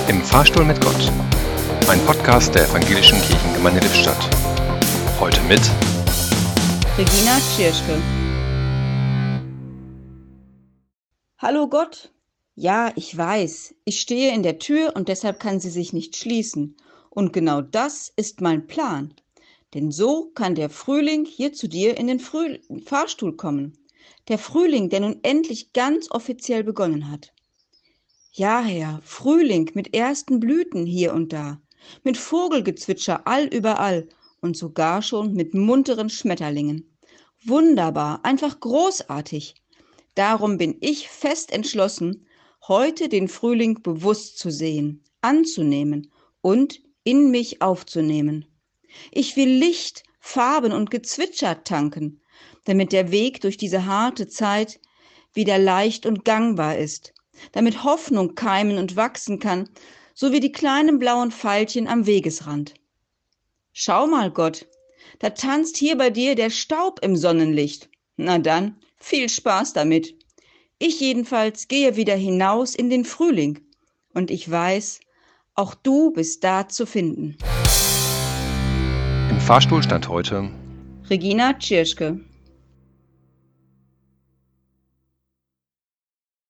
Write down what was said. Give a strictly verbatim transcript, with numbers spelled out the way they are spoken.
Im Fahrstuhl mit Gott. Ein Podcast der Evangelischen Kirchengemeinde Lippstadt. Heute mit Regina Tschirschke. Hallo Gott. Ja, ich weiß, ich stehe in der Tür und deshalb kann sie sich nicht schließen. Und genau das ist mein Plan. Denn so kann der Frühling hier zu dir in den Früh- Fahrstuhl kommen. Der Frühling, der nun endlich ganz offiziell begonnen hat. Ja, Herr, Frühling mit ersten Blüten hier und da, mit Vogelgezwitscher allüberall und sogar schon mit munteren Schmetterlingen. Wunderbar, einfach großartig. Darum bin ich fest entschlossen, heute den Frühling bewusst zu sehen, anzunehmen und in mich aufzunehmen. Ich will Licht, Farben und Gezwitscher tanken, damit der Weg durch diese harte Zeit wieder leicht und gangbar ist, damit Hoffnung keimen und wachsen kann, so wie die kleinen blauen Veilchen am Wegesrand. Schau mal, Gott, da tanzt hier bei dir der Staub im Sonnenlicht. Na dann, viel Spaß damit. Ich jedenfalls gehe wieder hinaus in den Frühling. Und ich weiß, auch du bist da zu finden. Im Fahrstuhl stand heute Regina Tschirschke.